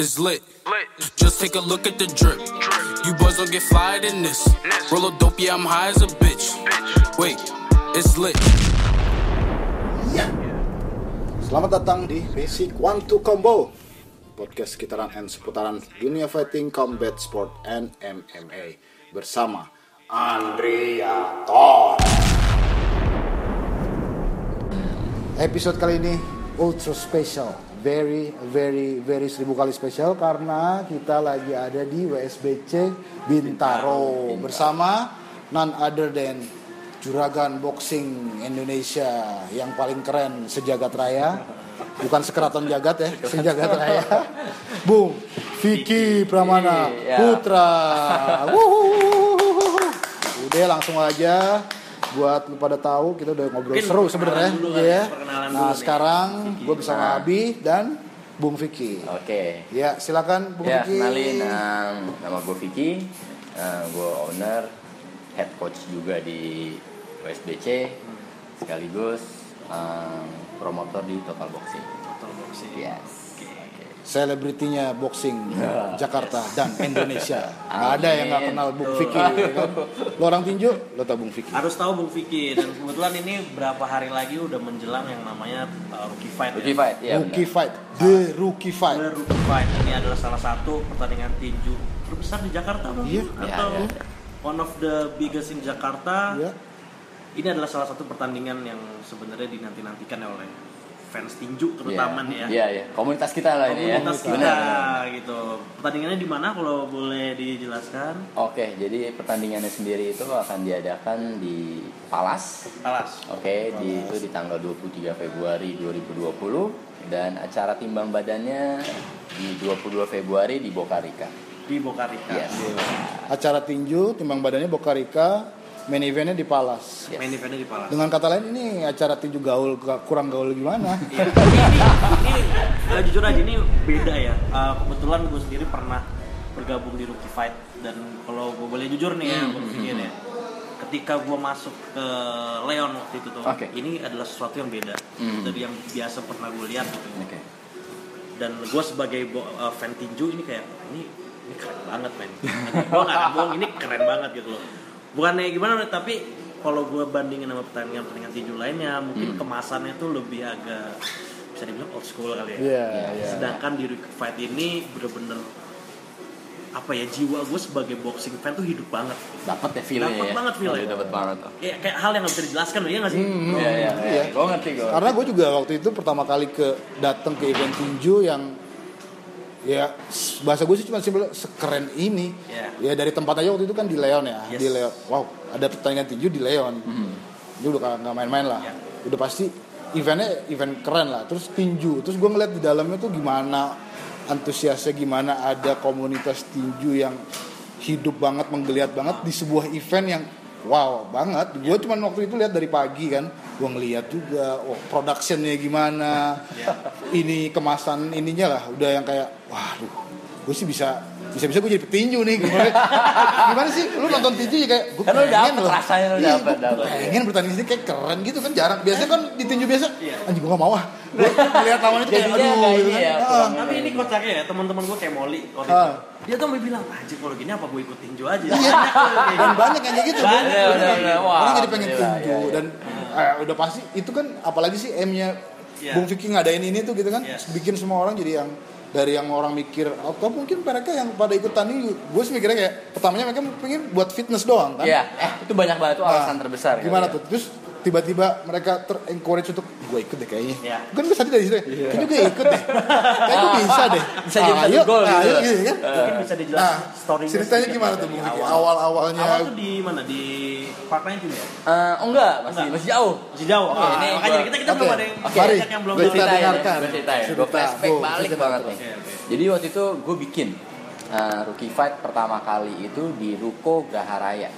It's lit. Just take a look at the drip. You boys don't get fired in this. Roll a dope, yeah, I'm high as a bitch. Wait, it's lit. Selamat datang di Basic 1-2 Combo, podcast sekitaran and seputaran dunia fighting, combat sport, and MMA bersama Andriaton. Episode kali ini ultra special, very 1000 kali spesial karena kita lagi ada di WSBC Bintaro bersama none other than juragan boxing Indonesia yang paling keren sejagat raya. Bukan sekeraton jagat ya, sejagat raya. Bung Vicky Pramana Putra. Udah langsung aja buat lu pada tahu kita udah ngobrol mungkin seru sebenarnya ya. Nah, sekarang gue bersama Abi dan Bung Vicky. Oke. Ya, silakan Bung Vicky. Kenalin, nama gue Vicky. Gue owner, head coach juga di WSBC, sekaligus promotor di Total Boxing. Yes. Selebritinya boxing Jakarta dan Indonesia. Nggak ada yang nggak kenal Bung Vicky kan? Lo orang tinju, lo tau Bung Vicky. Harus tahu Bung Vicky. Dan kebetulan ini berapa hari lagi udah menjelang yang namanya Rookie Fight. Rookie Fight, ya. Rookie Fight, The Rookie Fight. The Rookie Fight ini adalah salah satu pertandingan tinju terbesar di Jakarta, Bang. Iya. Atau one of the biggest in Jakarta. Iya. Ini adalah salah satu pertandingan yang sebenarnya dinanti-nantikan oleh fans tinju terutama nih ya. Iya. Komunitas kita lah ini ya. Komunitas kita gitu. Pertandingannya di mana kalau boleh dijelaskan? Oke, jadi pertandingannya sendiri itu akan diadakan di Palas. Oke, itu di tanggal 23 Februari 2020 dan acara timbang badannya di 22 Februari di Bokarika. Di Bokarika. Yes. Acara tinju timbang badannya Bokarika. Main eventnya di Palas. Yes. Main eventnya di Palas. Dengan kata lain ini acara tinju gaul kurang gaul gimana? Iya. ini jujur aja ini beda ya. Kebetulan gue sendiri pernah bergabung di Rookie Fight dan kalau gue boleh jujur nih ya, gue pikir ya. Ketika gue masuk ke Leon waktu itu tuh, ini adalah sesuatu yang beda dari yang biasa pernah gue lihat gitu. Dan gue sebagai fan tinju ini kayak ini keren banget men. Gue nggak bohong, ini keren banget gitu loh. Bukannya gimana, tapi kalau gue bandingin sama pertandingan tinju lainnya, mungkin kemasannya tuh lebih agak bisa dibilang old school kali ya. Sedangkan di Rookie Fight ini bener-bener apa ya, jiwa gue sebagai boxing fan tuh hidup banget. Dapat ya feelnya. Dapat banget feelnya. Dapat banget. Ya, kayak hal yang nggak bisa dijelaskan, ya nggak sih? Iya. Gue ngerti gue. Karena gue juga waktu itu pertama kali datang ke event tinju yang ya bahasa gue sih cuma simpel sekeren ini. Ya dari tempat aja waktu itu kan di Leon ya. Di Leon. Wow, ada pertandingan tinju di Leon. Dia udah nggak main-main lah. Udah pasti eventnya event keren lah. Terus tinju. Terus gue ngeliat di dalamnya tuh gimana antusiasnya, gimana ada komunitas tinju yang hidup banget, menggeliat banget di sebuah event yang wow banget. Gue cuma waktu itu lihat dari pagi kan. Gue ngeliat juga, productionnya gimana, ini kemasan ininya lah, udah yang kayak, waduh, gue sih bisa gue jadi petinju nih. Gimana sih, lu nonton tinju ya kayak, gue pengen loh, pengen bertanding sini kayak keren gitu kan, jarang. Biasanya kan di tinju biasa, anjing gue gak mau gue ngeliat lawan itu kayak, aduh gitu kan. Tapi ini kocaknya ya, teman-teman gue kayak Molly waktu itu, dia tuh sampai bilang, anjing kalau gini apa gue ikut tinju aja. Dan banyak yang kayak gitu. Orang jadi pengen tinju dan udah pasti itu kan, apalagi sih M-nya Bung Vicky ngadain ini tuh gitu kan, bikin semua orang jadi yang dari yang orang mikir atau mungkin mereka yang pada ikutan ini, gue sih mikirnya kayak pertamanya mereka pengen buat fitness doang kan. Iya, itu banyak banget tuh alasan terbesar. Gimana tuh? Terus tiba-tiba mereka ter-encourage untuk gue ikut deh kayaknya. Kan gue tadi dari situ, kayaknya gue ikut deh. Kayaknya gue bisa deh. Bisa jadi satu gol gitu kan. Mungkin bisa dijelasin story-nya. Ceritanya gimana tuh Bung Vicky? Awal-awalnya. Awal tuh di mana? Di Park 19 ya? Enggak, masih jauh. Masih jauh. Ini makanya kita belum ada yang belum kita dengarkan. Gue flashback balik banget nih. Jadi waktu itu gue bikin Rookie Fight pertama kali itu di Ruko Gaharaya.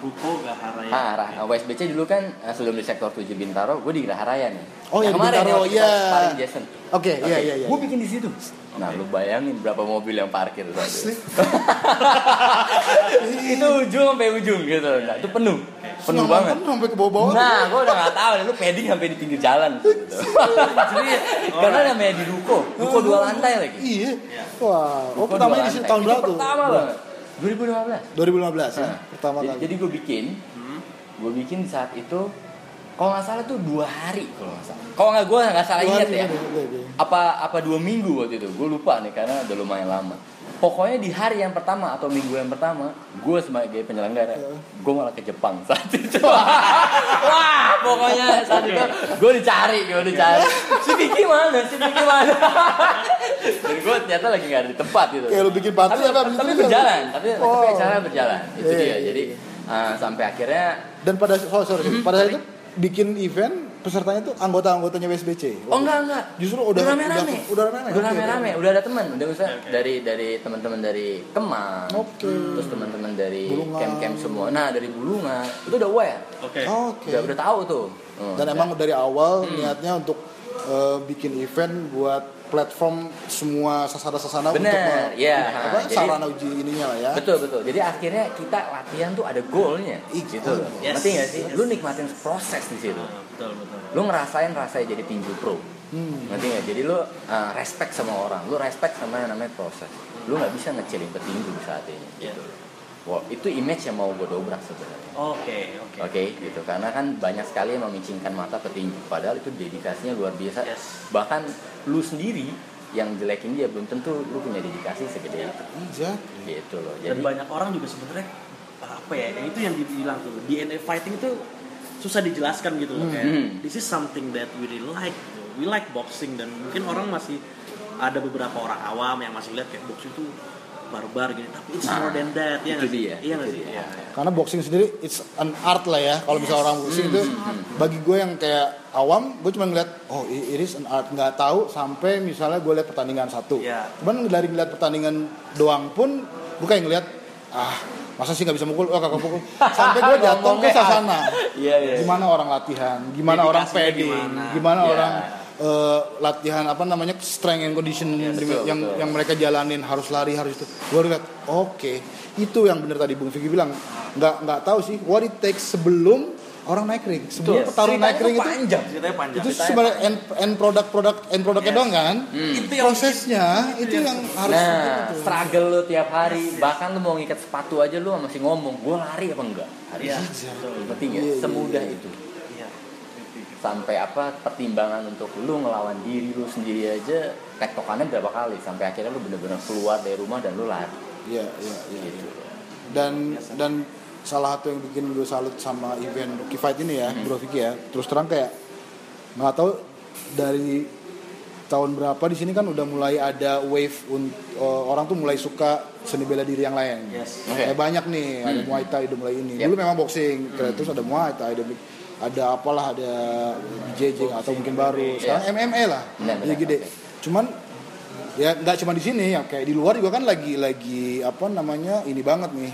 WSBC dulu kan sebelum di sektor 7 Bintaro, gue di Gaharaya nih. Oh ya, Bintaro ya. Paling Jason. Oke, iya. Gue bikin di situ. Nah, lu bayangin berapa mobil yang parkir tadi. Itu ujung sampai ujung gitu. Nah, itu penuh. penuh banget sampai ke bawah-bawah. Nah gue udah nggak tahu lu padding sampai di pinggir jalan gitu. Karena namanya di ruko 2 lantai lagi. Iya. Wah, pertamanya di tahun berapa tuh? Pertama banget. 2015 ya. Pertama kali. Jadi gue bikin di saat itu kalau nggak salah tuh 2 hari kalau nggak salah. Kalau gue nggak salah ingat ya. Apa 2 minggu waktu itu? Gue lupa nih karena udah lumayan lama. Pokoknya di hari yang pertama atau minggu yang pertama, gue sebagai penyelenggara, gue malah ke Jepang saat itu. Wah, pokoknya saat itu gue dicari. Si Vicky mana? Dan gue ternyata lagi nggak ada di tempat gitu. Kayak lu bikin party tapi berjalan, tapi acara berjalan. Itu dia. Jadi sampai akhirnya. Dan pada saat itu bikin event pesertanya tuh anggota-anggotanya WSBC. Oh enggak. Justru udah rame-rame. Udah ada teman. Udah bisa dari teman-teman dari Kemang. Terus teman-teman dari camp-camp semua. Nah, dari Bulungan itu udah aware. Udah tahu tuh. Dan emang dari awal niatnya untuk bikin event buat platform semua sasana-sasana untuk sarana uji ininya lah ya. Betul. Jadi akhirnya kita latihan tuh ada goalnya gitu. Ngerti nggak sih? Lu nikmatin proses di situ. Betul. Lu ngerasain rasanya jadi tinju pro. Ngerti nggak? Jadi lu respect sama orang, lu respect sama yang namanya proses. Lu nggak bisa ngecilin petinju saat ini. Gitu. Wow, itu image yang mau gue dobrak sebenarnya. Oke, gitu. Karena kan banyak sekali yang memicingkan mata petinju. Padahal itu dedikasinya luar biasa. Bahkan lu sendiri yang jelekin dia belum tentu lu punya dedikasi segede itu. Gitu loh. Jadi, dan banyak orang juga sebenarnya itu yang dibilang tuh DNA fighting itu susah dijelaskan gitu loh kayak. This is something that we really like. We like boxing dan mungkin orang masih ada beberapa orang awam yang masih lihat kayak boxing itu barbar gitu, tapi it's more than that ya. Itu dia. Iya nggak sih? Karena boxing sendiri it's an art lah ya. Kalau misalnya orang boxing itu bagi gue yang kayak awam, gue cuma ngeliat it is an art, nggak tahu sampai misalnya gue lihat pertandingan satu. Cuman dari ngeliat pertandingan doang pun gue kayak ngeliat masa sih nggak bisa mukul, kakak pukul sampai gue jatuh ke sasana. Gimana orang latihan, gimana orang padding, gimana orang latihan strength and condition yang mereka jalanin, harus lari, harus itu. Gue lihat itu yang benar tadi Bung Vicky bilang, nggak tahu sih what it takes sebelum orang naik ring, sebelum petarung naik ring itu sebenarnya end produknya doang kan. Itu prosesnya itu yang harus struggle lo tiap hari, bahkan lo mau ngikat sepatu aja lo masih ngomong gue lari apa enggak hari ini. Penting ya, semudah itu. Sampai pertimbangan untuk lu ngelawan diri lu sendiri aja tektokannya berapa kali sampai akhirnya lu benar-benar keluar dari rumah dan lu lari. Iya. Gitu. Dan salah satu yang bikin gue salut sama event Rookie Fight ini ya, Bro Vicky ya. Terus terang kayak nggak tahu dari tahun berapa di sini kan udah mulai ada wave orang tuh mulai suka seni bela diri yang lain. Kayak banyak nih, ada Muay Thai udah mulai ini. Dulu memang boxing, terus ada Muay Thai, ada JJ atau mungkin baru. Sekarang MMA lah, jadi gede. Cuman ya nggak cuma di sini ya, kayak di luar juga kan lagi ini banget nih,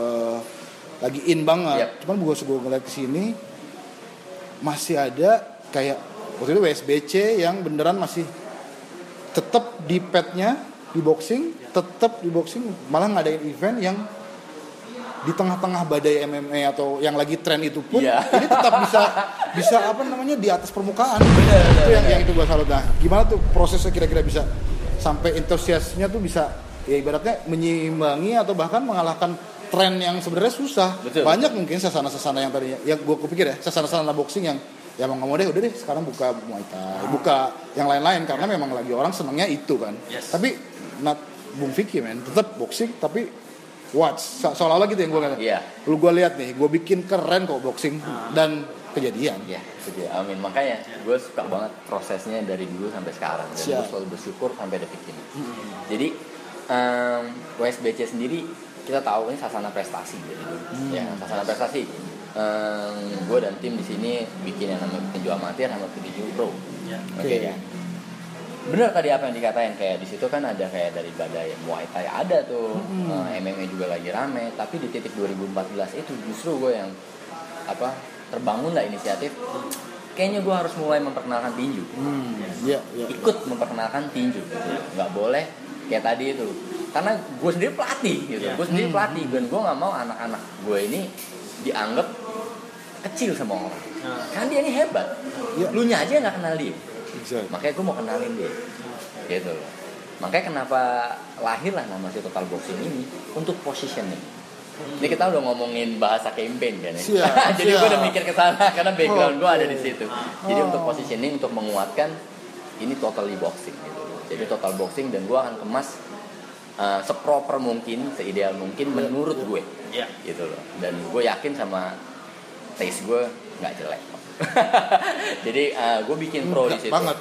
lagi in banget. Cuman gue ngeliat kesini masih ada kayak waktu itu WSBC yang beneran masih tetap di padnya di boxing, malah ngadain event yang di tengah-tengah badai MMA atau yang lagi tren itu pun ini tetap bisa di atas permukaan. Itu yang itu gue salut. Nah, gimana tuh prosesnya kira-kira bisa sampai antusiasnya tuh bisa ya ibaratnya menyeimbangi atau bahkan mengalahkan tren yang sebenarnya susah. Banyak mungkin sasana-sasana yang tadinya ya gue kepikir ya sasana-sasana boxing yang ya mau nggak mau udah deh sekarang buka Muay Thai, buka yang lain-lain karena memang lagi orang senangnya itu kan. Tapi Bung Vicky tetap boxing tapi seolah-olah gitu yang gue kata. Lu gue lihat nih, gue bikin keren kok boxing dan kejadian. Amin. Makanya gue suka banget prosesnya dari dulu sampai sekarang dan gue selalu bersyukur sampai detik ini. Jadi WSBC sendiri kita tahu ini sasana prestasi dari dulu. Sasana prestasi. Gue dan tim di sini bikin yang namanya petinju amatir sama petinju pro. Benar tadi apa yang dikatain, kayak di situ kan ada kayak dari badai Muay Thai ada tuh, MMA juga lagi rame, tapi di titik 2014 itu justru gue yang terbangun lah inisiatif. Kayaknya gue harus mulai memperkenalkan tinju, ikut memperkenalkan tinju, gitu. Nggak boleh kayak tadi itu, karena gue sendiri pelatih gitu, dan gue nggak mau anak-anak gue ini dianggap kecil sama orang. Karena dia ini hebat. Lu nya aja nggak kenal dia. Makanya gue mau kenalin dia. Gitu loh. Makanya kenapa lahirlah nama si Total Boxing ini untuk positioning. Ini kita udah ngomongin bahasa campaign kan ya. Jadi gue udah mikir ke sana karena background gue ada di situ. Jadi untuk positioning, untuk menguatkan ini totally boxing gitu. Jadi Total Boxing, dan gue akan kemas seproper mungkin, seideal mungkin menurut gue. Gitu loh. Dan gue yakin sama taste gue nggak jelek. Jadi gue bikin pro di situ. Banget.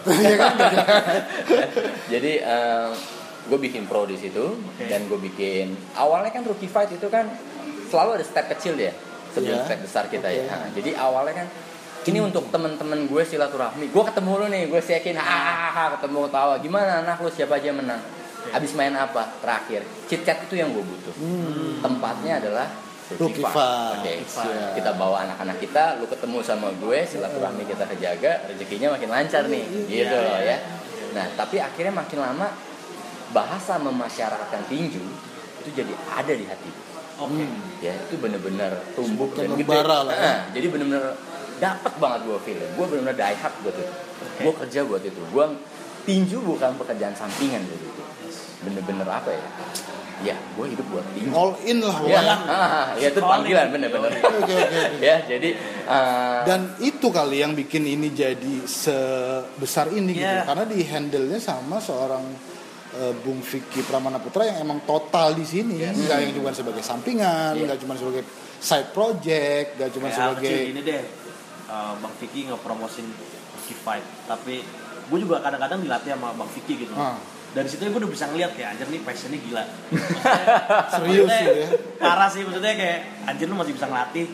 Jadi gue bikin pro di situ, dan gue bikin awalnya kan Rookie Fight itu kan selalu ada step kecil ya sebelum step besar kita ya. Nah, jadi awalnya kan ini untuk teman-teman gue silaturahmi. Gue ketemu lu nih, gue siakin ketemu tawa. Gimana anak lu, siapa aja menang? Abis main apa? Terakhir chit chat itu yang gue butuh. Tempatnya adalah Rookie Fight. Kita bawa anak-anak kita, lu ketemu sama gue, silaturahmi kita kejaga, rezekinya makin lancar nih, gitu loh ya. Nah, tapi akhirnya makin lama bahasa memasyarakatkan tinju itu jadi ada di hati. Ya, itu benar-benar tumbuh dan gede. Jadi benar-benar dapat banget gue feeling. Gue benar-benar die hard buat itu. Gue kerja buat itu. Gue tinju bukan pekerjaan sampingan buat itu. Bener-bener apa ya? Ya, gue hidup buat tinju. All in lah. Ya itu panggilan bener-bener. Ya, jadi dan itu kali yang bikin ini jadi sebesar ini gitu. Karena di handle-nya sama seorang Bung Vicky Pramana Putra yang emang total di sini. Enggak yang cuma sebagai sampingan, enggak cuma sebagai side project, enggak cuma sebagai ini deh. Bang Vicky ngepromosin Rookie Fight, tapi gue juga kadang-kadang dilatih sama Bang Vicky gitu. Dari situ gue udah bisa ngeliat kayak anjir nih passionnya gila. Serius sih ya. Parah sih, maksudnya kayak anjir lu masih bisa ngelatih.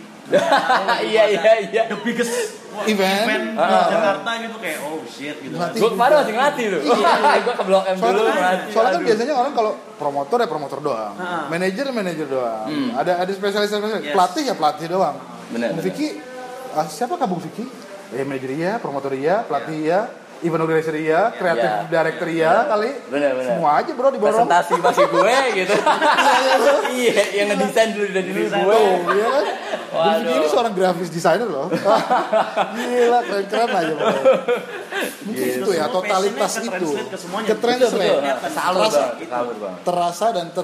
Iya. The biggest event di Jakarta gitu, kayak oh shit gitu. Gue kemarin masih ngelatih lu. Gue ke Blok M dulu ngelatih. Soalnya kan biasanya orang kalau promotor ya promotor doang, manajer doang, ada spesialis, pelatih ya pelatih doang. Benar. Bung Vicky, siapa Bung Vicky? Manajer iya, promotor iya, pelatih iya. Event organizer iya, kreatif director iya kali. Bener. Semua aja bro diborong. Presentasi masih gue gitu. Iya, yang ngedesain dulu dari dulu gue. Iya kan? Bung ini seorang graphic designer loh. Gila, keren aja bro. Mungkin itu ya, totalitas itu. Ke-translate. Terasa dan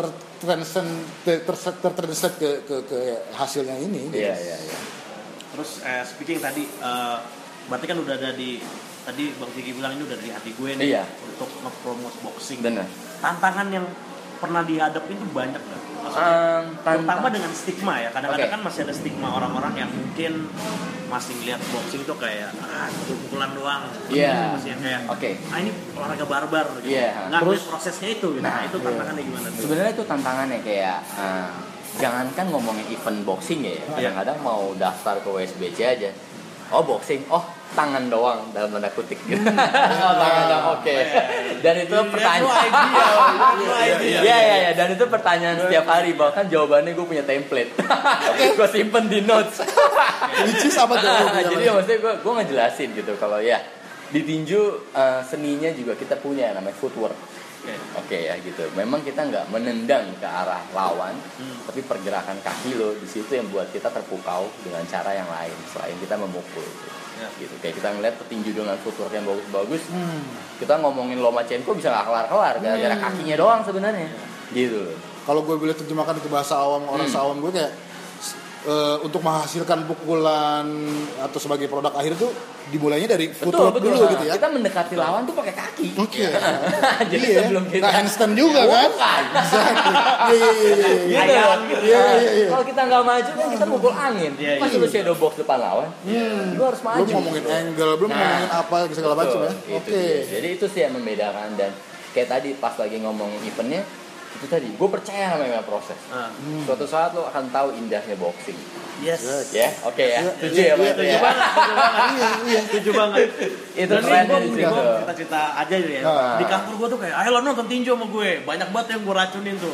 tertranslate ke hasilnya ini. Iya. Terus speaking tadi, berarti kan udah ada tadi Bang Vicky bilang ini udah dari hati gue nih untuk nge-promote boxing. Benar. Tantangan yang pernah dihadapin itu banyak kan? Terutama dengan stigma ya. Kadang-kadang kan masih ada stigma orang-orang yang mungkin masih ngeliat boxing itu kayak pukulan doang. Masih yang kayak ini olahraga barbar gitu. Nggak terus prosesnya itu gitu. Nah, itu tantangannya gimana tuh? Sebenarnya itu tantangannya kayak jangankan ngomongin event boxing ya. Kadang-kadang mau daftar ke WSBC aja. Oh boxing, tangan doang dalam tanda kutip gitu. Tangan doang, Dan itu pertanyaan. Iya. Dan itu pertanyaan setiap hari. Bahkan jawabannya gue punya template. Gue simpen di notes. Which is apa tuh? Jadi maksudnya gue ngejelasin gitu kalau ya di tinju seninya juga kita punya namanya footwork. Ya gitu. Memang kita nggak menendang ke arah lawan, tapi pergerakan kaki lo di situ yang buat kita terpukau dengan cara yang lain selain kita memukul. Gitu. Kayak kita ngeliat petinju dengan footwork yang bagus-bagus, kita ngomongin Lomachenko bisa nggak kelar-kelar gara-gara kakinya doang sebenarnya. Gitu. Kalau gue boleh terjemahkan itu bahasa awam orang seawam gue kayak untuk menghasilkan pukulan atau sebagai produk akhir tuh dimulainya dari footwork dulu gitu ya. Kita mendekati lawan tuh pakai kaki. Jadi sebelum kita handstand juga kan? Iya. Kalau kita nggak maju kan kita mukul angin. Pas lu shadow box depan lawan, lu harus maju. Belum ngomongin angle, belum ngomongin apa segala macam ya. Jadi itu sih yang membedakan. Dan kayak tadi pas lagi ngomong eventnya, itu tadi gue percaya sama yang proses. Suatu saat lo akan tahu indahnya boxing. Yes. Ya, oke ya. Setuju ya, Pak. Iya, setuju banget. Itu keren gue cita-cita aja ya. Di kantor gue tuh kayak, ayo lo nonton tinju sama gue. Banyak banget yang gue racunin tuh.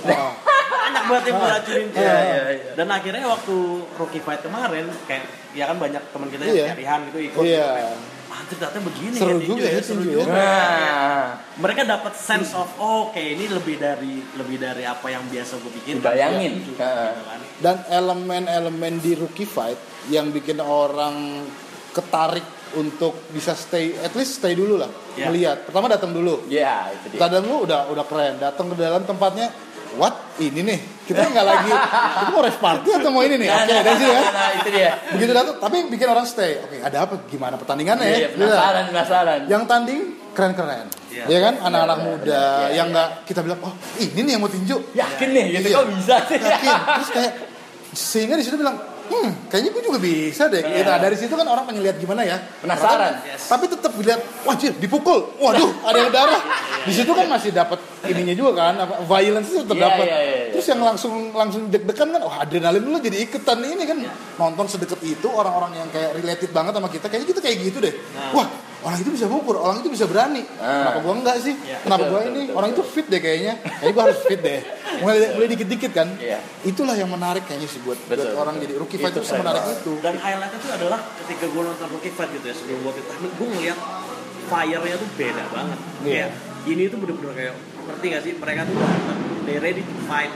Dan akhirnya waktu Rookie Fight kemarin, kayak ya kan banyak teman kita yang nyarihan gitu ikut. ternyata begini seru ya, juga ya, seru tinju juga. Nah, Mereka dapat sense of oke ini lebih dari apa yang biasa gue pikirkan. bayangin. Gitu kan. Dan elemen-elemen di Rookie Fight yang bikin orang ketarik untuk bisa stay dulu lah, melihat. Pertama datang dulu. Ya, itu dia. Datang dulu udah keren. Datang ke dalam tempatnya, what? Ini nih. Kita nggak lagi. Kita mau rave party atau mau ini nih? Oke, dari sini ya. Nah, itu dia. Begitu datang, tapi bikin orang stay. Oke, ada apa? Gimana pertandingannya ya? Iya, penasaran. Yang tanding keren-keren. Ya kan? Anak-anak muda yang nggak kita bilang, oh ini nih yang mau tinju. Yakin nih, gitu Iya. kok bisa sih? Yakin. Terus kayak sehingga di situ bilang, kayaknya gue juga bisa deh. Nah, dari situ kan orang pengen lihat gimana ya. Penasaran. Tapi tetap dilihat, wajib dipukul. Waduh, ada yang darah. Di situ kan masih dapat ininya juga kan, violence itu tetap dapat. Terus yang langsung deg-degan kan, adrenalin lu jadi ikutan ini kan. Nonton sedekat itu orang-orang yang kayak related banget sama kita, kayaknya kita kayak gitu deh. Wah, orang itu bisa pukul, orang itu bisa berani. Kenapa gua enggak sih? Kenapa gua ini? Orang itu fit deh kayaknya. Kayaknya gua harus fit deh. Mulai dikit-dikit kan. Itulah yang menarik kayaknya sih buat orang jadi Rookie Fight itu menarik itu. Dan highlightnya itu adalah ketika gue nonton Rookie Fight gitu ya, sebelum gue teknik, gue ngeliat fire-nya tuh beda banget. Kayak ini tuh bener-bener kayak, ngerti gak sih? Mereka tuh datang, they ready to fight.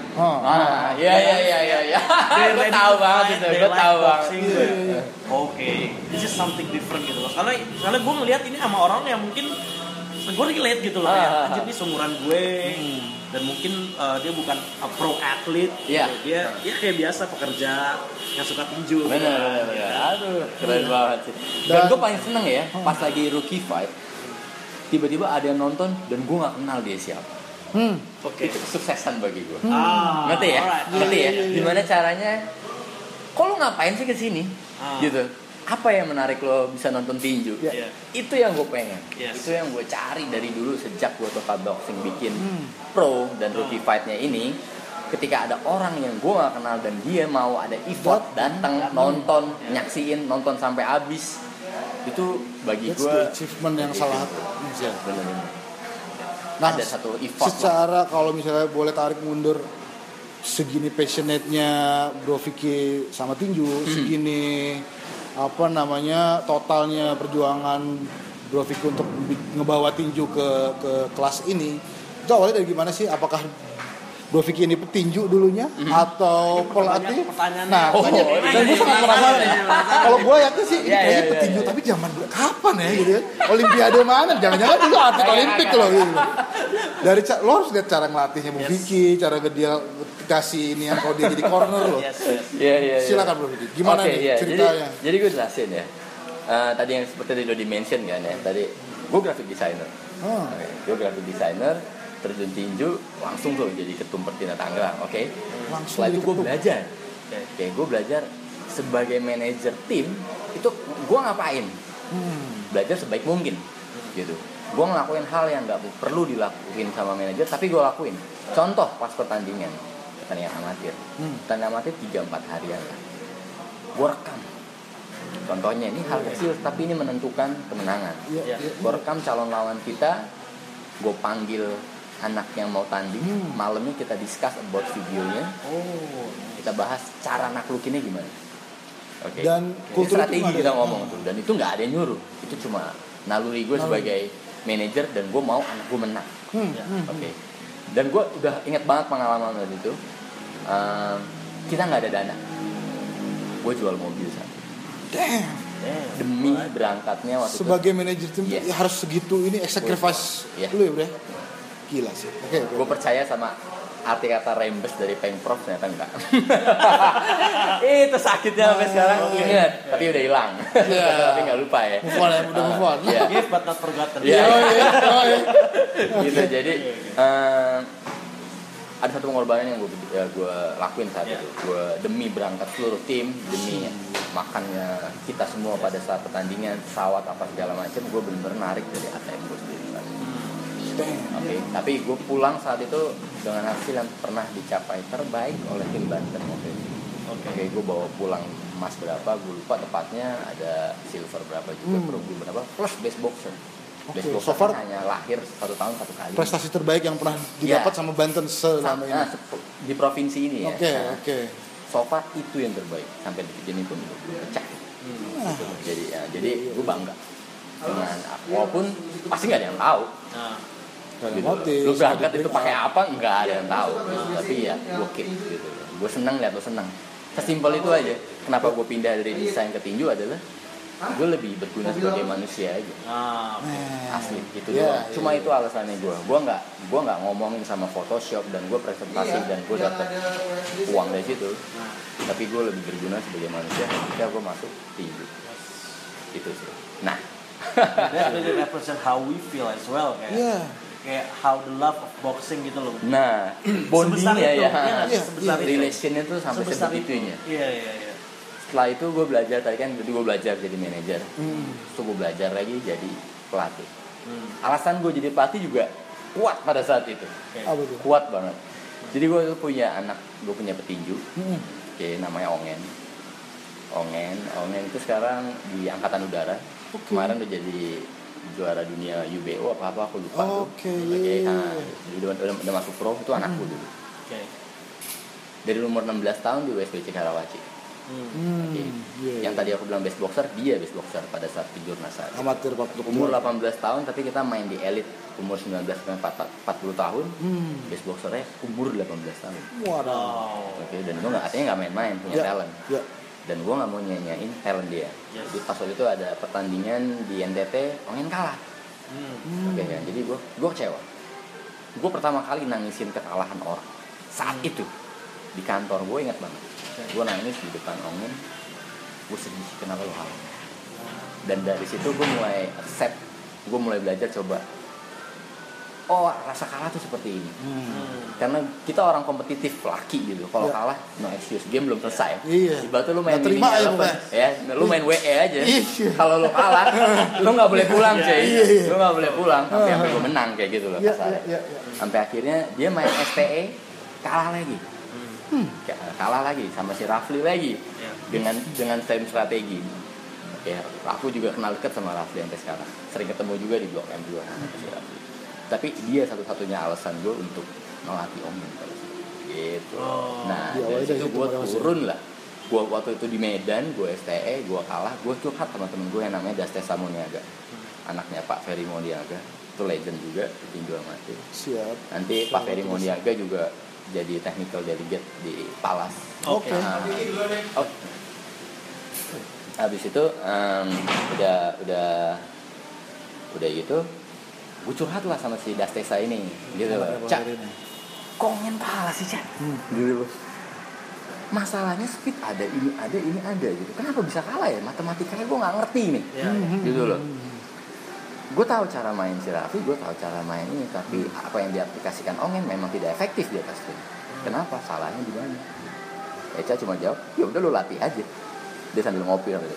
Iya. Gue tahu banget itu, gue tahu banget. Oke, this is something different gitu loh. Karena gue ngeliat ini sama orang yang mungkin gue relate gitu loh ya. Anjir ini seumuran gue. Dan mungkin dia bukan pro atlet, dia kayak biasa pekerja yang suka tinju. Benar. Aduh, keren banget sih. Dan gue paling seneng ya, pas lagi Rookie Fight, tiba-tiba ada yang nonton dan gue nggak kenal dia siapa. Itu kesuksesan bagi gue. Ngerti ya? Ngerti ya? Gimana caranya? Kok lo ngapain sih kesini? Gitu. Apa yang menarik lo bisa nonton tinju? Itu yang gue pengen. Itu yang gue cari dari dulu sejak gue Total Boxing bikin pro dan Rookie Fight-nya ini. Ketika ada orang yang gue gak kenal dan dia mau ada effort, datang nonton, nyaksiin, nonton sampai habis, itu bagi gue achievement yang salah satu. Bener-bener. Nah, ada satu effort. Secara kalau misalnya boleh tarik mundur, segini passionate-nya Bro Vicky sama tinju, segini totalnya perjuangan Bro Vicky untuk ngebawa tinju ke kelas ini, itu awalnya dari gimana sih? Apakah Bro Vicky ini petinju dulunya atau pelatih? Nah, dan gue sangat penasaran. Kalau gue yakin sih ini kayaknya petinju, tapi zaman kapan ya gitu ya? Olimpiade mana? Jangan-jangan dulu atlet Olimpik loh gitu. Dari lo harus lihat cara ngelatihnya Bro Vicky, cara dia kasih ini yang kalau dia jadi corner loh. Silakan Bro Vicky. Gimana nih ceritanya? Jadi gue jelasin ya. Tadi yang seperti tadi lo dimention kan ya. Tadi gue graphic designer. Gue graphic designer, terjun tinju, langsung tuh jadi ketum Pertina Tangerang. Setelah itu gue belajar. Gue belajar sebagai manajer tim itu gue ngapain? Belajar sebaik mungkin. Gitu. Gue ngelakuin hal yang nggak perlu dilakuin sama manajer, tapi gue lakuin. Contoh pas pertandingan amatir. Pertandingan amatir 3-4 harian lah. Gue rekam. Contohnya ini hal kecil, tapi ini menentukan kemenangan. Gue rekam calon lawan kita, gue panggil anak yang mau tanding, malamnya kita discuss about videonya. Kita bahas cara naklukinnya gimana. Dan strategi kita ngomong tuh, dan itu nggak ada yang nyuruh. Itu cuma naluri gue sebagai manajer dan gue mau anak gue menang. Dan gue udah inget banget pengalaman waktu itu. Kita nggak ada dana. Gue jual mobil saat itu. Demi berangkatnya waktu sebagai manajer tim harus segitu ini sacrifice lu ya Bre. Gila sih. Gue percaya sama arti kata rembes dari Pengprov, ternyata enggak. Itu sakitnya sampai sekarang ingat, tapi udah hilang. Tapi nggak lupa ya. Udah move on. Give but not forgotten. Gitu. Jadi ada satu pengorbanan yang gue lakuin saat itu. Gue demi berangkat seluruh tim, demi makannya kita semua pada saat pertandingan, pesawat apa segala macam, gue bener-bener narik dari ATM gue sendiri. Tapi gue pulang saat itu dengan hasil yang pernah dicapai terbaik oleh tim Banten waktu itu. Gue bawa pulang emas berapa, gue lupa tepatnya, ada silver berapa juga, perunggu berapa, plus best boxer. So far hanya lahir 1 tahun 1 kali. Prestasi terbaik yang pernah didapat sama Banten selama ini. Di provinsi ini ya. So far itu yang terbaik sampai detik ini pun belum pecah. Jadi gue bangga. dengan walaupun pasti nggak ada yang tahu. Gitu. Lu berangkat itu pakai apa nggak ada yang tahu. Tapi ya gue keep gitu. Gue seneng lihat lu seneng. Sesimpel itu aja. Kenapa gue pindah dari desain ke tinju adalah gue lebih berguna sebagai manusia aja. Asli gitu doang. Cuma itu alasannya gue nggak ngomongin sama Photoshop dan gue presentasi dan gue dapat uang dari situ. Tapi gue lebih berguna sebagai manusia ketika gue masuk tinju. Itu sih. Nah, that really represent how we feel as well kayak how the love of boxing gitu loh. Nah, bondingnya sebesar itu. Relationnya tuh sampai sebegitunya. Iya. Setelah itu gue belajar, tadi kan gue belajar jadi manajer. Terus gue belajar lagi jadi pelatih. Alasan gue jadi pelatih juga kuat pada saat itu. Kuat banget. Jadi gue tuh punya anak, gue punya petinju. Namanya Ongen itu sekarang di Angkatan Udara. Kemarin udah jadi juara dunia UBO apa aku lupa udah masuk pro. Itu anakku dulu. Dari umur 16 tahun di WSBC Karawaci. Yang tadi aku bilang best boxer, dia best boxer pada saat di Jurnas saat amatir waktu umur 18 tahun, tapi kita main di elit umur 19 sampai 40 tahun. Best boxernya umur 18 tahun. Dan gue artinya nggak main-main, punya talent. Dan gue nggak mau nyanyain talent dia. Jadi pas waktu itu ada pertandingan di NTT, Ongen kalah. Jadi gue kecewa. Gue pertama kali nangisin kekalahan orang saat itu di kantor. Gue ingat banget. Gue nangis di depan Ongen, gue sedih kenapa lo kalah. Dan dari situ gue mulai accept, gue mulai belajar coba. Rasa kalah tuh seperti ini. Karena kita orang kompetitif, laki gitu. Kalau kalah, no excuse, game belum selesai. Ibaratnya lu main mini lu main WE aja. Kalau lu kalah, lu nggak boleh pulang cuy. Lu nggak boleh pulang sampai gue menang kayak gitu loh kasarnya. Sampai akhirnya dia main STE, kalah lagi. Kalah lagi sama si Rafli lagi dengan same strategi. Aku juga kenal dekat sama Rafli sampai sekarang. Sering ketemu juga di Blok M2 sama si Rafli. Tapi dia satu-satunya alasan gue untuk melatih Ongen gitu. Nah, dari situ gue turun lah. Gue waktu itu di Medan, gue STE, gue kalah, gue curhat sama temen gue yang namanya Dastesa Moniaga, anaknya Pak Ferry Moniaga, itu legend juga tinju amatir. Nanti Pak Ferry Moniaga juga jadi technical delegate di Palas. Habis itu udah gitu, gue curhat lah sama si Dastesa ini, gitu loh. Cak, kok Ongen kalah sih Cak? Gitu loh. Masalahnya speed ada, ini ada gitu. Kenapa bisa kalah ya? Matematikanya gue nggak ngerti nih, gitu loh. Gue tahu cara main si Raffi, gue tahu cara main ini, tapi apa yang diaplikasikan Ongen memang tidak efektif di atas ring. Kenapa? Salahnya di mana? Eca cuma jawab, ya udah lu latih aja. Dia sambil ngopi gitu.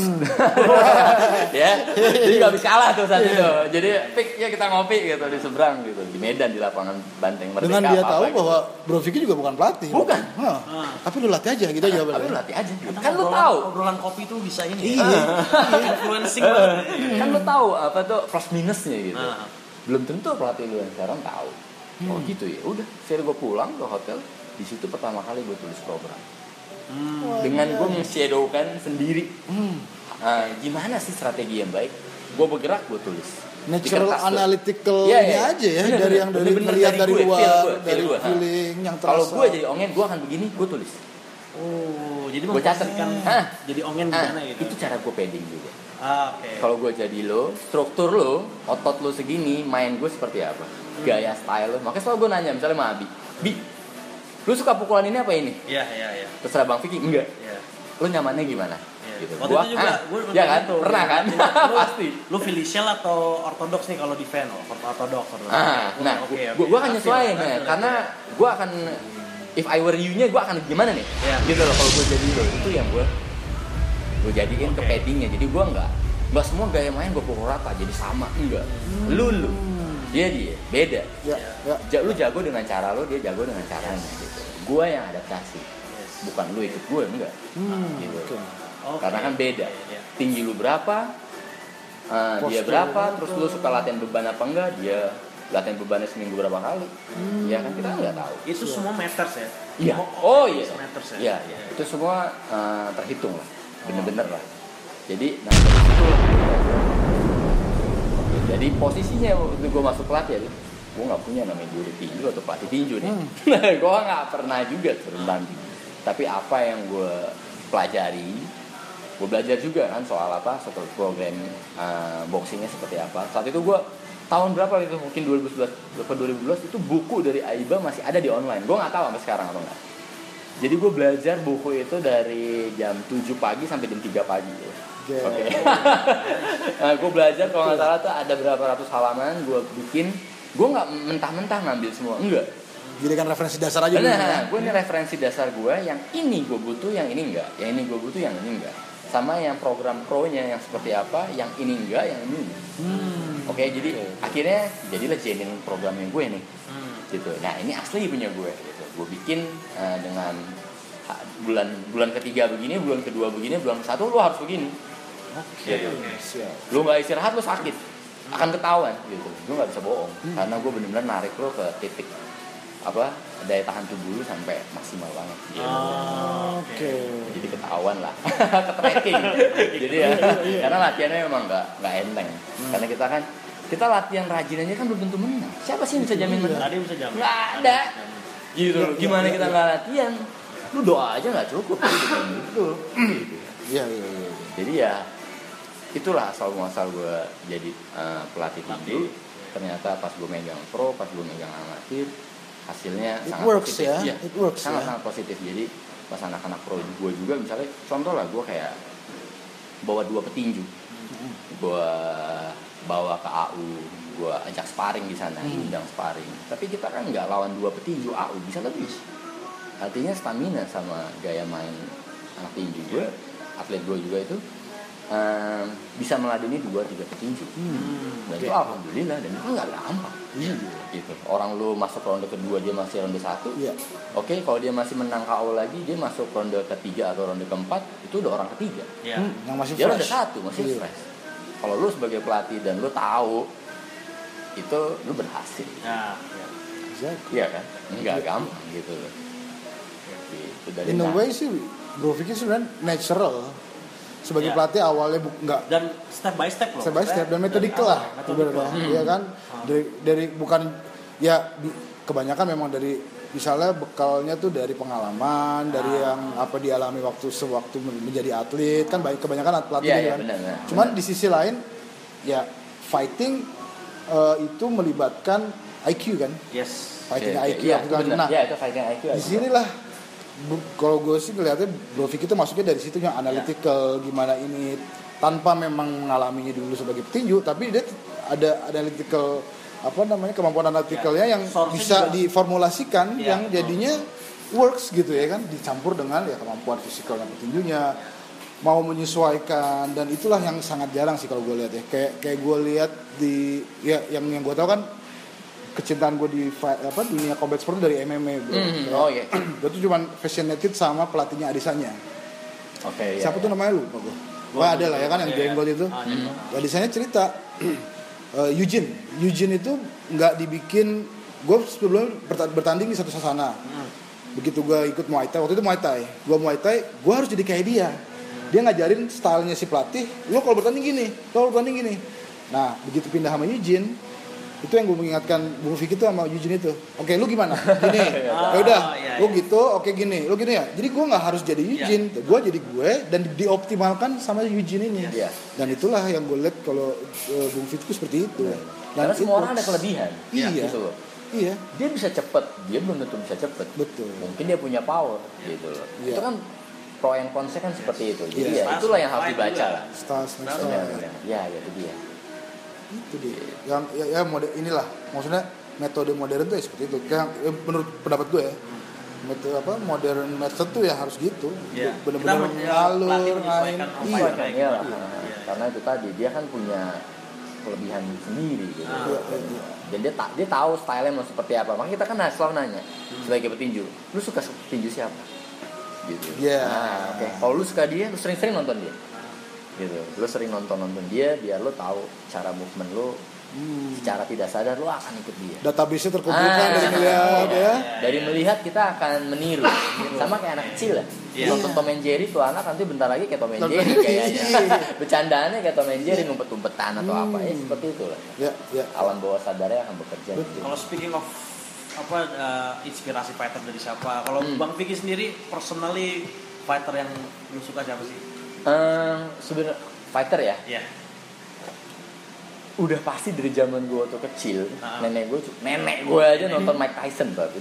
Jadi gak bisa kalah tuh saat itu. Jadi pick ya kita ngopi gitu di seberang gitu di Medan di lapangan Banteng Merdeka. Dengan dia tahu gitu. Bahwa Bro Vicky juga bukan pelatih. Bukan. Tapi lu latih aja gitu jawabannya. Tapi lu latih aja. Kan lu tahu obrolan kopi tuh bisa ini. Influencing banget. Kan lu tahu apa tuh plus minusnya gitu. Belum tentu pelatih lu yang sekarang tahu. Oh gitu ya. Udah, saya gue pulang ke hotel. Di situ pertama kali gue tulis program. Dengan gue men-shadowkan sendiri gimana sih strategi yang baik, gue bergerak, gue tulis natural analytical ini aja ya. Bener, dari yang dari melihat dari luar, dari feeling yang terasa. Kalau gue jadi Ongen, gue akan begini, gue tulis. Jadi gue catat kan jadi Ongen gimana gitu. Itu cara gue padding juga. Kalau gue jadi lo, struktur lo, otot lo segini, main gue seperti apa, gaya style lo. Makanya selalu gue nanya misalnya sama Abi, lu suka pukulan ini apa ini? Iya. Terserah Bang Vicky, enggak. Lu nyamannya gimana? Gitu. Waktu itu juga gue ya kan? Pernah kan? Pasti. Lu Felicial atau ortodoks nih kalau defend? Ortodoks. Gue akan nyesuaiin ya, karena gue akan if I were you-nya gue akan gimana nih? Gitu loh kalau gue jadi lo. Itu yang gue jadiin ke paddingnya. Jadi gue enggak semua gaya main gue pukul rata jadi sama, enggak. Lu dia beda. Lu jago dengan cara lo, dia jago dengan caranya gitu. Gue yang adaptasi, bukan lu ikut gue, enggak. Gitu. Karena kan beda. Tinggi lu berapa, dia berapa, terus lu suka latihan beban apa enggak, dia latihan bebannya seminggu berapa kali. Ya kan kita nggak tahu. Itu semua matters ya. Iya. Matters ya. Iya. Itu semua terhitung lah, bener-bener lah. Jadi dari situ di posisinya waktu gue masuk pelatih ya, gue nggak punya namanya guru tinju atau pelatih tinju nih. Gue nggak pernah juga turun tanding. Tapi apa yang gue pelajari, gue belajar juga kan soal program boxingnya seperti apa. Saat itu gue tahun berapa itu, mungkin 2011 itu buku dari Aiba masih ada di online. Gue nggak tahu sampai sekarang atau enggak. Jadi gue belajar buku itu dari jam 7 pagi sampai jam 3 pagi. Oke. Nah, gue belajar kalau nggak salah tuh ada berapa ratus halaman gue bikin. Gue nggak mentah-mentah ngambil semua, enggak. Jadi kan referensi dasar aja. Nah, gue ini referensi dasar gue, yang ini gue butuh, yang ini enggak. Yang ini gue butuh, yang ini enggak. Sama yang program pro-nya yang seperti apa, yang ini enggak, yang ini enggak. Oke, jadi akhirnya jadilah Jenin programnya gue nih. Gitu. Nah, ini asli punya gue. Gitu. Gue bikin dengan bulan ketiga begini, bulan kedua begini, bulan ke-1 lu harus begini. Gitu. Lu nggak istirahat lu sakit, akan ketahuan gitu. Lu nggak bisa bohong karena gue benar-benar narik lu ke titik daya tahan tubuh lu sampai maksimal banget. Gitu. Jadi ketahuan lah, ke tracking. Jadi ya, karena latihannya memang nggak enteng. Karena kita latihan rajin aja kan belum tentu menang. Siapa sih yang bisa jamin menang? Nggak ada. Gitu. Gimana kita nggak latihan? Lu doa aja nggak cukup. Gitu. Iya. Jadi ya itulah asal muasal gue jadi pelatih tinju. Ternyata pas gue megang pro, pas gue megang amatir, hasilnya sangat positif. Ya? It works, sangat positif. Jadi pas anak-anak pro gue juga, misalnya contoh lah, gue kayak bawa 2 petinju, gue bawa ke AU, gue ajak sparring di sana, undang sparring. Tapi kita kan nggak lawan 2 petinju AU, bisa lebih. Artinya stamina sama gaya main anak tinju gue, atlet gue juga itu bisa meladeni 2-3 petinju. Dan itu alhamdulillah, dan itu nggak gampang. Gitu. Orang lu masuk ronde kedua, dia masih ronde 1. Oke, kalau dia masih menang KO lagi, dia masuk ronde ketiga atau ronde keempat, itu udah orang ketiga. Yang masih dia fresh. ronde 1 masih fresh. Kalau lu sebagai pelatih dan lu tahu itu, lu berhasil. Iya kan? Nggak gampang gitu loh. In a way sih, Bro Vicky sebenarnya natural. Sebagai pelatih awalnya nggak, dan step by step dan metodikal lah, iya kan, dari bukan ya kebanyakan memang dari misalnya bekalnya tuh dari pengalaman, dari yang apa dialami sewaktu menjadi atlet kan, kebanyakan pelatih kan. Cuman di sisi lain ya fighting itu melibatkan IQ kan, fighting IQ. Nah, itu fighting IQ. Di sinilah kalau gue sih ngeliatnya Bro Vicky itu masuknya dari situ, yang analytical gimana ini, tanpa memang mengalaminya dulu sebagai petinju, tapi dia ada analytical kemampuan analyticalnya yang bisa diformulasikan yang jadinya works gitu ya kan, dicampur dengan ya kemampuan fisikalnya petinjunya, mau menyesuaikan, dan itulah yang sangat jarang sih kalau gue lihat ya. Kayak gue lihat di yang gue tahu kan, kecintaan gue di dunia combat sport dari MMA bro. Gue tuh cuman fascinated sama pelatihnya Adisanya. Siapa tuh namanya lupa gue. Ada lah ya kan, yang jenggot itu. Adisanya cerita Eugene itu nggak dibikin. Gue sebelum bertanding di satu sasana. Begitu gue ikut Muay Thai, waktu itu Muay Thai, gue harus jadi kayak dia. Dia ngajarin stylenya si pelatih. Lo kalau bertanding gini. Nah begitu pindah sama Eugene, itu yang gue mengingatkan Bung Vicky itu sama Eugene itu. Oke, lu gimana? Gini. Lu gitu. Oke, gini. Lu gini ya. Jadi gue nggak harus jadi Eugene. Gue jadi gue dan dioptimalkan sama Eugene ini. Dan itulah yang gue lihat kalau Bung Vicky seperti itu. Karena semua orang ada kelebihan. Gitu loh. Iya. Dia bisa cepet. Dia belum tentu bisa cepet. Betul. Mungkin dia punya power gitu loh. Itu kan pro and contra kan seperti itu. Jadi itulah yang harus dibaca lah. Ya, itu dia. Itu dia yang inilah maksudnya metode modern tuh ya seperti itu, kayak menurut pendapat gue ya, metode modern method tuh ya harus gitu, benar-benar ngalur main. Karena itu tadi dia kan punya kelebihan sendiri gitu. Dan dia tahu stylenya mau seperti apa. Makanya kita kan selalu nanya sebagai petinju, lu suka petinju siapa gitu. Kalau lu suka dia, lu sering-sering nonton dia gitu. Lu sering nonton dia biar lu tahu cara movement lu Secara tidak sadar lo akan ikut dia. Database-nya terkumpulkan dari melihat ya. Dari melihat kita akan meniru. Sama kayak anak kecil lah. Nonton Tom and Jerry tuh anak nanti bentar lagi kayak Tom and Jerry kayaknya. Bercandaannya kayak Tom and Jerry ngumpet-ngumpetan atau apa ya seperti itulah. Alam bawah sadarnya akan bekerja. Kalau speaking of inspirasi fighter dari siapa? Kalau Bang Vicky sendiri personally fighter yang lu suka siapa sih? Sebenarnya fighter ya? Iya. Udah pasti dari zaman gue waktu kecil, nenek gue aja nonton Mike Tyson Pak.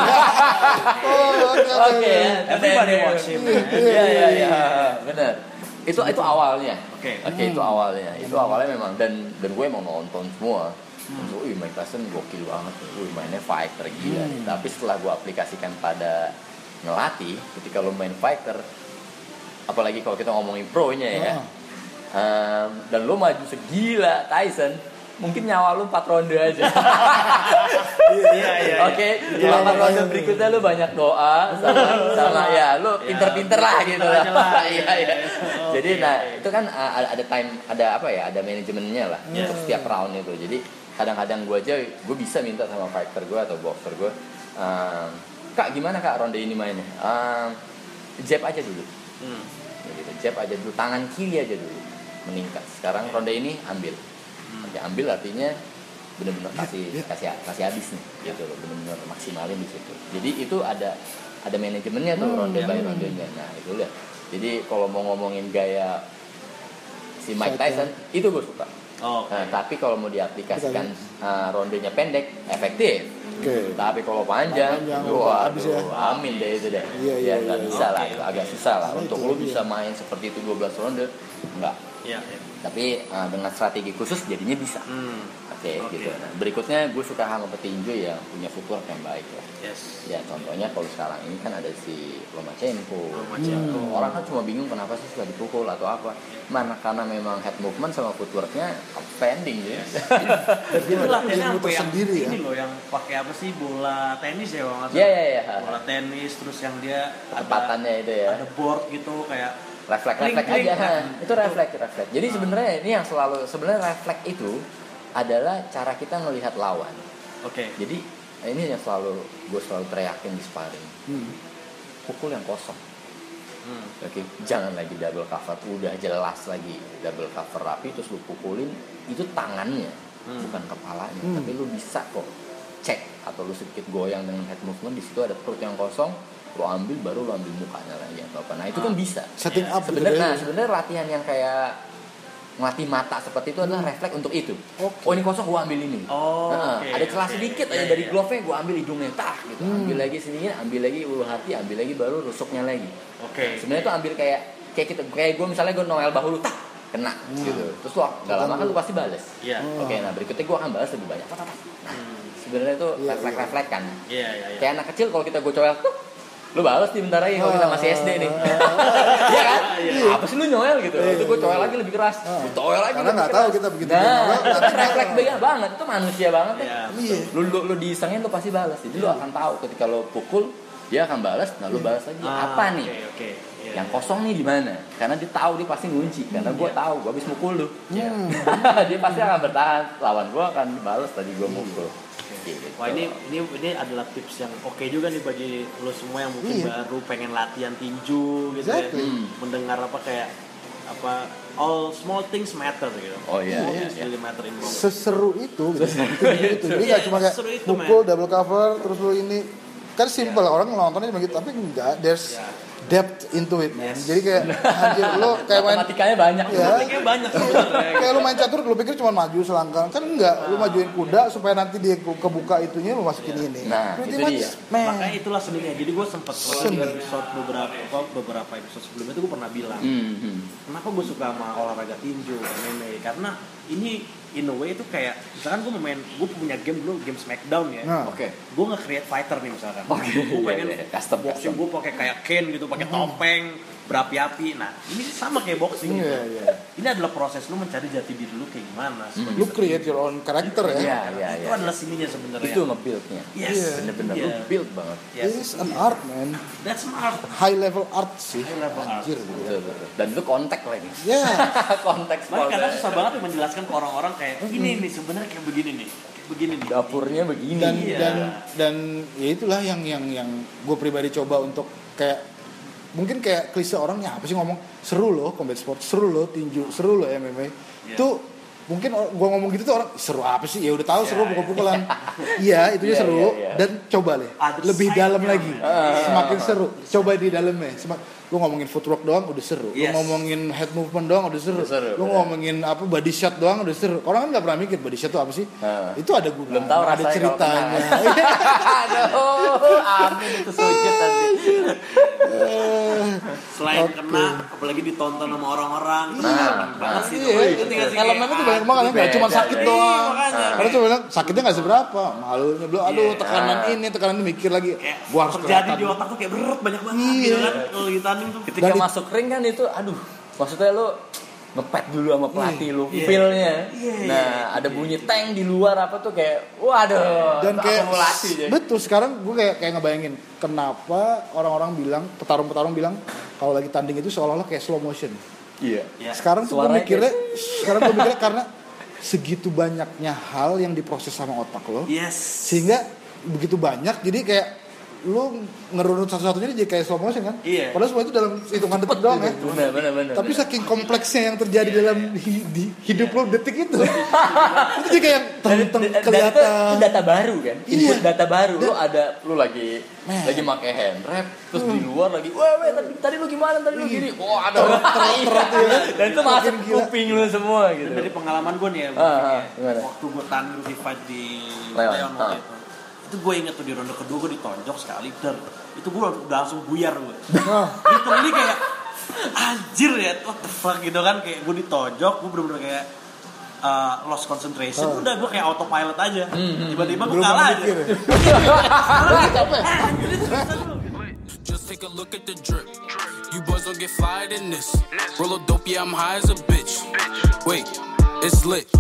Oke, everybody watch him. Iya, benar. Itu awalnya. Oke, itu awalnya. Itu awalnya memang dan gue emang nonton semua. Mike Tyson gokil banget. Mainnya fighter gila. Tapi setelah gue aplikasikan pada ngelatih, ketika lo main fighter, apalagi kalau kita ngomongin pro-nya ya. Dan lo maju segila Tyson, mungkin nyawa lo 4 ronde aja. Oke, 4 ronde berikutnya lo banyak doa sama ya lo pinter-pinter lah gitu lah. Jadi itu kan ada time, ada apa ya, ada manajemennya lah untuk setiap round itu. Jadi kadang-kadang gue bisa minta sama fighter gue atau boxer gue, Kak gimana Kak ronde ini mainnya? Jab aja dulu. Gitu, jab aja dulu, tangan kiri aja dulu meningkat. Sekarang ronde ini ambil artinya benar-benar kasih habis nih gitu loh, benar-benar maksimalin di situ. Jadi itu ada manajemennya tuh ronde by rondenya. Nah itu lah. Jadi kalau mau ngomongin gaya si Mike Tyson itu gue suka. Tapi kalau mau diaplikasikan rondenya pendek efektif. Tapi kalau panjang, amin deh itu deh. Ya nggak bisa lah, itu agak susah lah. Untuk lo bisa main seperti itu 12 ronde, enggak. Tapi dengan strategi khusus jadinya bisa. Gitu. Nah, berikutnya gue suka sama petinju yang punya footwork yang baik ya. Ya contohnya kalau sekarang ini kan ada si Lomachenko. Orang kan cuma bingung kenapa sih suka dipukul atau apa. Karena memang head movement sama footworknya outstanding ya. Itu latihannya apa yang sendiri ya? Ini loh yang pakai apa sih, bola tenis ya Bang? Iya. Bola tenis terus yang dia ketepatannya itu ya. Ada board gitu kayak refleks aja. Itu refleks. Jadi sebenarnya ini yang sebenarnya refleks itu adalah cara kita melihat lawan. Jadi ini yang gue selalu teriakin di sparring. Pukul yang kosong. Jangan lagi double cover. Udah jelas lagi double cover rapi terus lu pukulin itu tangannya, bukan kepalanya. Tapi lu bisa kok cek atau lu sedikit goyang dengan head movement, di situ ada perut yang kosong, lu ambil baru lu ambil mukanya lagi atau apa. Nah itu kan bisa. Setting up. Sebenarnya latihan yang kayak ngelatih mata seperti itu adalah refleks untuk itu. Oh ini kosong, gua ambil ini. Ada celah sedikit aja dari glove-nya, gua ambil hidungnya, gitu. Ambil lagi sininya, ambil lagi ulu hati, ambil lagi baru rusuknya lagi. Sebenarnya itu ambil kayak gua misalnya gua noel bahu lu, kena gitu. Terus lu enggak lama kan lu pasti balas. Nah berikutnya gua akan balas lebih banyak. Sebenarnya itu refleks kan. Kayak anak kecil kalau kita gocoel lu balas di bentar lagi kalau kita masih SD nih. Iya kan? Apa sih lu nyoel gitu? Itu gue coel lagi lebih keras. Lu coel lagi. Karena nggak tahu kita begitu. Tapi refleks banget. Itu manusia banget ya. Lu diisengin lu pasti balas. Jadi lu akan tahu ketika lu pukul dia akan balas. Nah lu balas lagi. Apa nih? Yang kosong nih di mana? Karena dia tahu dia pasti ngunci. Karena gue tahu gue habis mukul lu. Dia pasti akan bertahan. Lawan gue akan balas tadi gue mukul. Wah ini adalah tips yang oke juga nih bagi lo semua yang mungkin baru pengen latihan tinju gitu ya. Mendengar all small things matter gitu. Really matter in boxing. Seseru itu. Jadi nggak cuma kayak pukul double cover terus lo ini kan simple orang nontonnya begitu, tapi enggak. There's depth into it, man. Jadi kayak anjir lo kayak main matematikanya banyak. Matematikanya banyak sebenarnya. Kayak lo main catur, lo pikir cuma maju selangkah, kan enggak. Lo majuin kuda supaya nanti dia kebuka itunya lo masukin ini. Nah, itu dia. Makanya itulah seninya. Jadi gue sempat di episode beberapa episode sebelumnya itu gue pernah bilang, kenapa gue suka sama olahraga tinju, MMA? Karena ini in a way itu kayak misalkan gue punya game dulu, game Smackdown ya. Gue nge-create fighter nih misalkan. Gue pengen custom boxing gue pakai kayak Kane gitu, pakai topeng, berapi-api. Nah, ini sama kayak boxing gitu. Ini adalah proses lu mencari jati diri lu kayak gimana. Lu create your own character ya. Itu adalah sininya sebenarnya. Itu nge-build-nya. Yes. Bener-bener lu build banget. It's an art, man. That's an art. High level art sih. High level art. Anjir, Betul. Dan itu konteks lagi. Konteks. Makanya kadang susah banget menjelaskan ke orang-orang kayak ini nih sebenarnya kayak begini nih. Begini nih. Dapurnya begini. Dan ya itulah yang gue pribadi coba untuk kayak mungkin kayak klise orangnya apa sih ngomong seru loh combat sport, seru loh tinju, seru loh MMA. Tuh mungkin gue ngomong gitu tuh orang seru apa sih? Ya udah tahu seru pukul-pukulan. Iya, itunya seru dan coba deh lebih dalam lagi. Semakin seru. Coba di dalamnya. Lu ngomongin footwork doang udah seru. Lu ngomongin head movement doang udah seru. Lu ngomongin apa body shot doang udah seru. Orang kan enggak pernah mikir body shot itu apa sih? Itu ada guna. Belum tahu ada ceritanya. Aduh, amin itu sujud tadi. Selain kena, apalagi ditonton sama orang-orang. Banget sih itu. Elemennya tuh banyak banget, nggak cuma sakit doang. Karena cuma bilang sakitnya nggak seberapa, malunya belum. Aduh, tekanan ini mikir lagi. Gua harus terjadi di otak tuh kayak berat banyak banget gitu kan. Kalau kita tuh ketika masuk ring kan itu, aduh, maksudnya lu ngepet dulu sama pelatih lu, feel-nya. Nah, ada bunyi tank di luar apa tuh kayak, waduh. Dan kayak betul sekarang gue kayak ngebayangin kenapa orang-orang bilang petarung-petarung bilang kalau lagi tanding itu seolah-olah kayak slow motion. Sekarang tuh gue mikirnya karena segitu banyaknya hal yang diproses sama otak lo, sehingga begitu banyak jadi kayak lu ngerunut satu-satunya jadi kayak slow motion kan? Padahal semua itu dalam hitungan detik doang ya. Bener. Tapi saking kompleksnya yang terjadi dalam hidup lo detik itu jadi kayak kelihatan. Itu data baru kan? Input data baru. Lu lagi pakai hand wrap terus di luar lagi. Wah, tadi lu gimana? Tadi lu gini. Wah, ada dan itu masuk kuping lu semua gitu. Dari pengalaman gue nih ya. Waktu gue tanding di fight di Leon waktu itu. Itu gue inget tuh di ronde kedua gue ditonjok sekali dan itu gue udah langsung buyar gue. Literally kayak anjir ya, what the fuck gitu kan, kayak gue ditonjok, gue bener-bener kayak lost concentration, udah gue kayak autopilot aja. Tiba-tiba gue kalah aja. Just take a look at the drip. You boys don't get fired in this. Roll a dope, yeah, I'm high as a bitch. Wait, it's lit.